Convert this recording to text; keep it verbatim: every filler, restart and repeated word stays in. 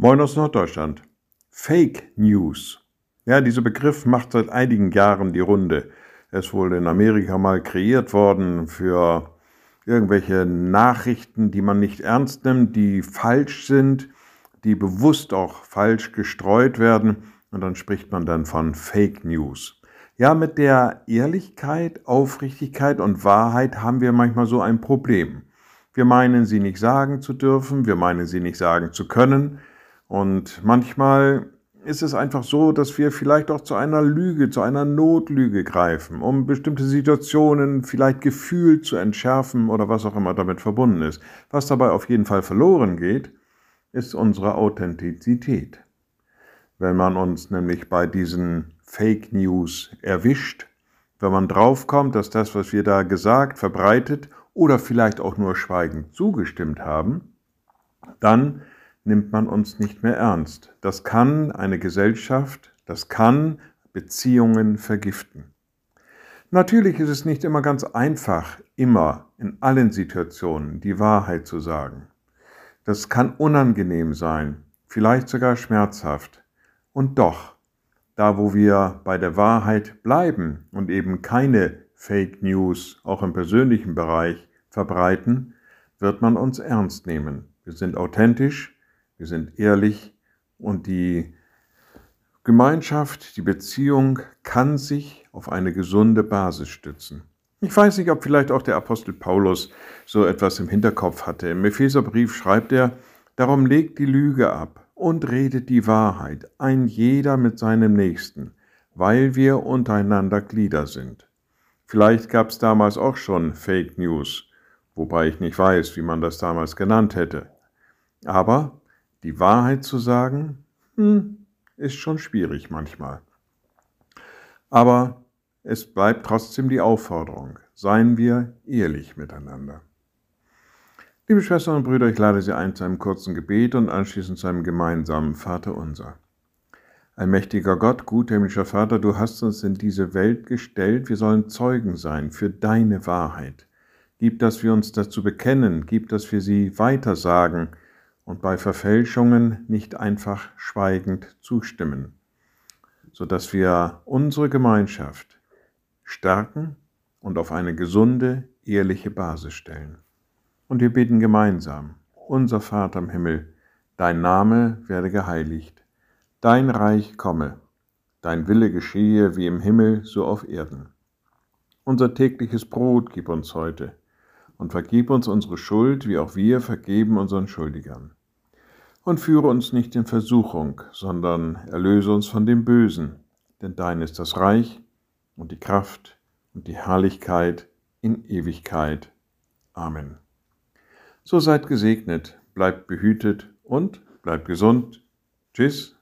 Moin aus Norddeutschland. Fake News. Ja, dieser Begriff macht seit einigen Jahren die Runde. Er ist wohl in Amerika mal kreiert worden für irgendwelche Nachrichten, die man nicht ernst nimmt, die falsch sind, die bewusst auch falsch gestreut werden. Und dann spricht man dann von Fake News. Ja, mit der Ehrlichkeit, Aufrichtigkeit und Wahrheit haben wir manchmal so ein Problem. Wir meinen, sie nicht sagen zu dürfen, wir meinen, sie nicht sagen zu können. Und manchmal ist es einfach so, dass wir vielleicht auch zu einer Lüge, zu einer Notlüge greifen, um bestimmte Situationen vielleicht gefühlt zu entschärfen oder was auch immer damit verbunden ist. Was dabei auf jeden Fall verloren geht, ist unsere Authentizität. Wenn man uns nämlich bei diesen Fake News erwischt, wenn man draufkommt, dass das, was wir da gesagt, verbreitet oder vielleicht auch nur schweigend zugestimmt haben, dann nimmt man uns nicht mehr ernst. Das kann eine Gesellschaft, das kann Beziehungen vergiften. Natürlich ist es nicht immer ganz einfach, immer in allen Situationen die Wahrheit zu sagen. Das kann unangenehm sein, vielleicht sogar schmerzhaft. Und doch, da wo wir bei der Wahrheit bleiben und eben keine Fake News, auch im persönlichen Bereich, verbreiten, wird man uns ernst nehmen. Wir sind authentisch, wir sind ehrlich und die Gemeinschaft, die Beziehung kann sich auf eine gesunde Basis stützen. Ich weiß nicht, ob vielleicht auch der Apostel Paulus so etwas im Hinterkopf hatte. Im Epheserbrief schreibt er, darum legt die Lüge ab und redet die Wahrheit, ein jeder mit seinem Nächsten, weil wir untereinander Glieder sind. Vielleicht gab es damals auch schon Fake News, wobei ich nicht weiß, wie man das damals genannt hätte. Aber die Wahrheit zu sagen, hm, ist schon schwierig manchmal. Aber es bleibt trotzdem die Aufforderung, seien wir ehrlich miteinander. Liebe Schwestern und Brüder, ich lade Sie ein zu einem kurzen Gebet und anschließend zu einem gemeinsamen Vaterunser. Allmächtiger Gott, guter himmlischer Vater, du hast uns in diese Welt gestellt, wir sollen Zeugen sein für deine Wahrheit. Gib, dass wir uns dazu bekennen, gib, dass wir sie weitersagen, und bei Verfälschungen nicht einfach schweigend zustimmen, sodass wir unsere Gemeinschaft stärken und auf eine gesunde, ehrliche Basis stellen. Und wir beten gemeinsam, unser Vater im Himmel, dein Name werde geheiligt, dein Reich komme, dein Wille geschehe wie im Himmel, so auf Erden. Unser tägliches Brot gib uns heute und vergib uns unsere Schuld, wie auch wir vergeben unseren Schuldigern. Und führe uns nicht in Versuchung, sondern erlöse uns von dem Bösen, denn dein ist das Reich und die Kraft und die Herrlichkeit in Ewigkeit. Amen. So seid gesegnet, bleibt behütet und bleibt gesund. Tschüss.